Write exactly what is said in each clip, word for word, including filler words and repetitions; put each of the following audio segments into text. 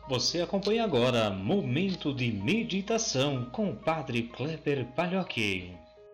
Você acompanha agora Momento de Meditação com o Padre Kleber Palhoque.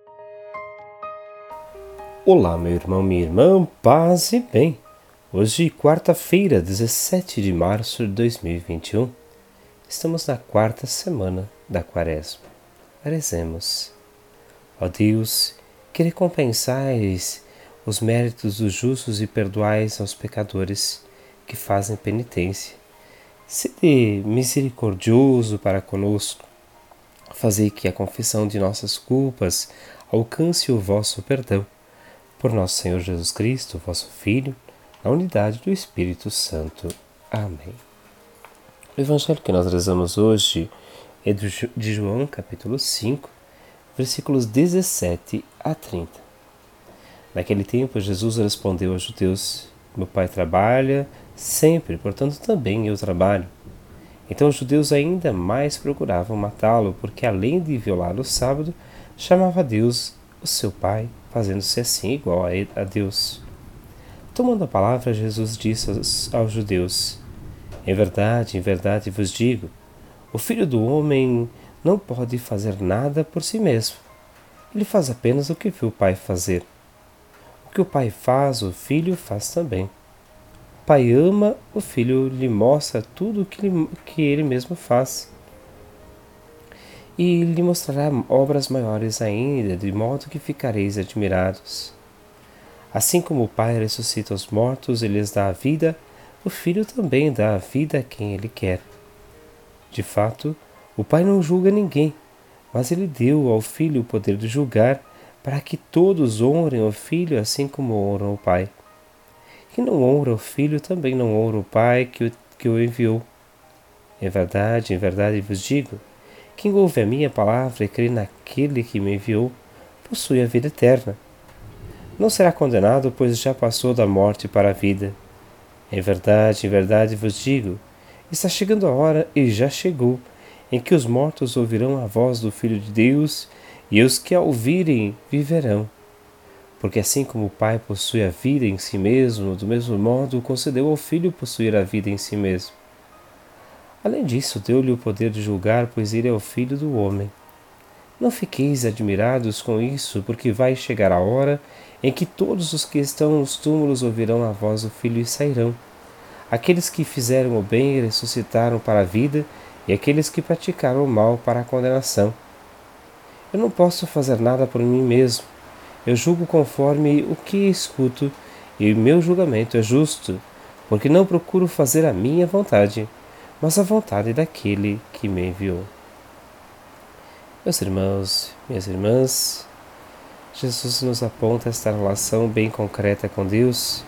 Olá, meu irmão, minha irmã, paz e bem. Hoje, quarta-feira, dezessete de março de dois mil e vinte e um, estamos na quarta semana da Quaresma. Rezemos. Ó Deus, que recompensais os méritos dos justos e perdoais aos pecadores que fazem penitência. Sede misericordioso para conosco. Fazei que a confissão de nossas culpas alcance o vosso perdão. Por nosso Senhor Jesus Cristo, vosso Filho, na unidade do Espírito Santo. Amém. O Evangelho que nós rezamos hoje é de João, capítulo cinco, versículos dezessete a trinta. Naquele tempo, Jesus respondeu aos judeus: Meu Pai trabalha sempre, portanto também eu trabalho. Então os judeus ainda mais procuravam matá-lo, porque além de violar o sábado, chamava a Deus o seu Pai, fazendo-se assim igual a Deus. Tomando a palavra, Jesus disse aos, aos judeus: Em verdade, em verdade vos digo, o Filho do Homem não pode fazer nada por si mesmo. Ele faz apenas o que viu o Pai fazer. O que o Pai faz, o Filho faz também. O Pai ama, o Filho lhe mostra tudo o que, que ele mesmo faz. E lhe mostrará obras maiores ainda, de modo que ficareis admirados. Assim como o Pai ressuscita os mortos e lhes dá a vida, o Filho também dá a vida a quem Ele quer. De fato, o Pai não julga ninguém, mas Ele deu ao Filho o poder de julgar, para que todos honrem o Filho assim como honram o Pai. Quem não honra o Filho também não honra o Pai que o, que o enviou. Em verdade, em verdade vos digo, quem ouve a minha palavra e crê naquele que me enviou, possui a vida eterna. Não será condenado, pois já passou da morte para a vida. Em verdade, em verdade vos digo, está chegando a hora, e já chegou, em que os mortos ouvirão a voz do Filho de Deus, e os que a ouvirem viverão. Porque assim como o Pai possui a vida em si mesmo, do mesmo modo concedeu ao Filho possuir a vida em si mesmo. Além disso, deu-lhe o poder de julgar, pois ele é o Filho do homem. Não fiqueis admirados com isso, porque vai chegar a hora em que todos os que estão nos túmulos ouvirão a voz do Filho e sairão. Aqueles que fizeram o bem ressuscitaram para a vida, e aqueles que praticaram o mal para a condenação. Eu não posso fazer nada por mim mesmo. Eu julgo conforme o que escuto, e o meu julgamento é justo, porque não procuro fazer a minha vontade, mas a vontade daquele que me enviou. Meus irmãos, minhas irmãs, Jesus nos aponta esta relação bem concreta com Deus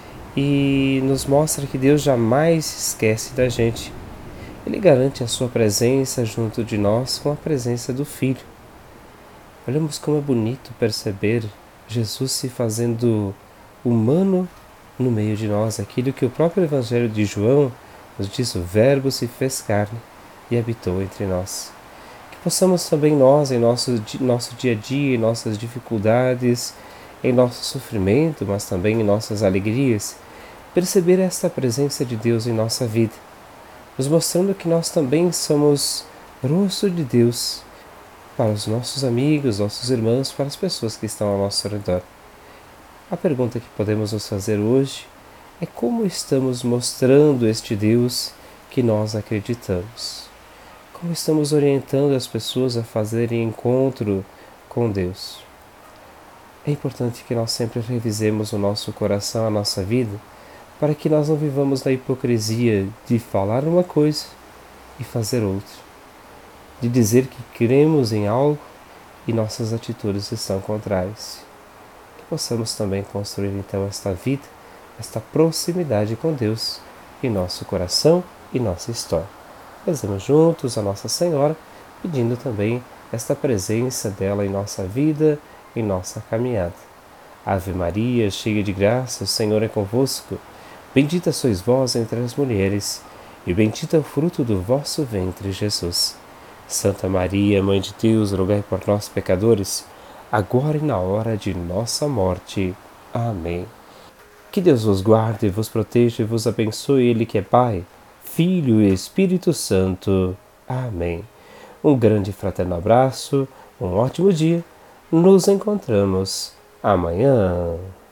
e nos mostra que Deus jamais se esquece da gente. Ele garante a sua presença junto de nós com a presença do Filho. Olhamos como é bonito perceber Jesus se fazendo humano no meio de nós, aquilo que o próprio Evangelho de João nos diz: o Verbo se fez carne e habitou entre nós. Que possamos também nós, em nosso, nosso dia a dia, em nossas dificuldades, em nosso sofrimento, mas também em nossas alegrias, perceber esta presença de Deus em nossa vida, nos mostrando que nós também somos rosto de Deus para os nossos amigos, nossos irmãos, para as pessoas que estão ao nosso redor. A pergunta que podemos nos fazer hoje é: como estamos mostrando este Deus que nós acreditamos? Como estamos orientando as pessoas a fazerem encontro com Deus? É importante que nós sempre revisemos o nosso coração, a nossa vida, para que nós não vivamos na hipocrisia de falar uma coisa e fazer outra, de dizer que cremos em algo e nossas atitudes estão contrárias. Que possamos também construir então esta vida, esta proximidade com Deus em nosso coração e nossa história. Rezemos juntos a Nossa Senhora, pedindo também esta presença dela em nossa vida, em nossa caminhada. Ave Maria, cheia de graça, o Senhor é convosco. Bendita sois vós entre as mulheres, e bendito é o fruto do vosso ventre, Jesus. Santa Maria, Mãe de Deus, rogai por nós, pecadores, agora e na hora de nossa morte. Amém. Que Deus vos guarde, vos proteja e vos abençoe, Ele que é Pai, Filho e Espírito Santo. Amém. Um grande e fraterno abraço, um ótimo dia. Nos encontramos amanhã.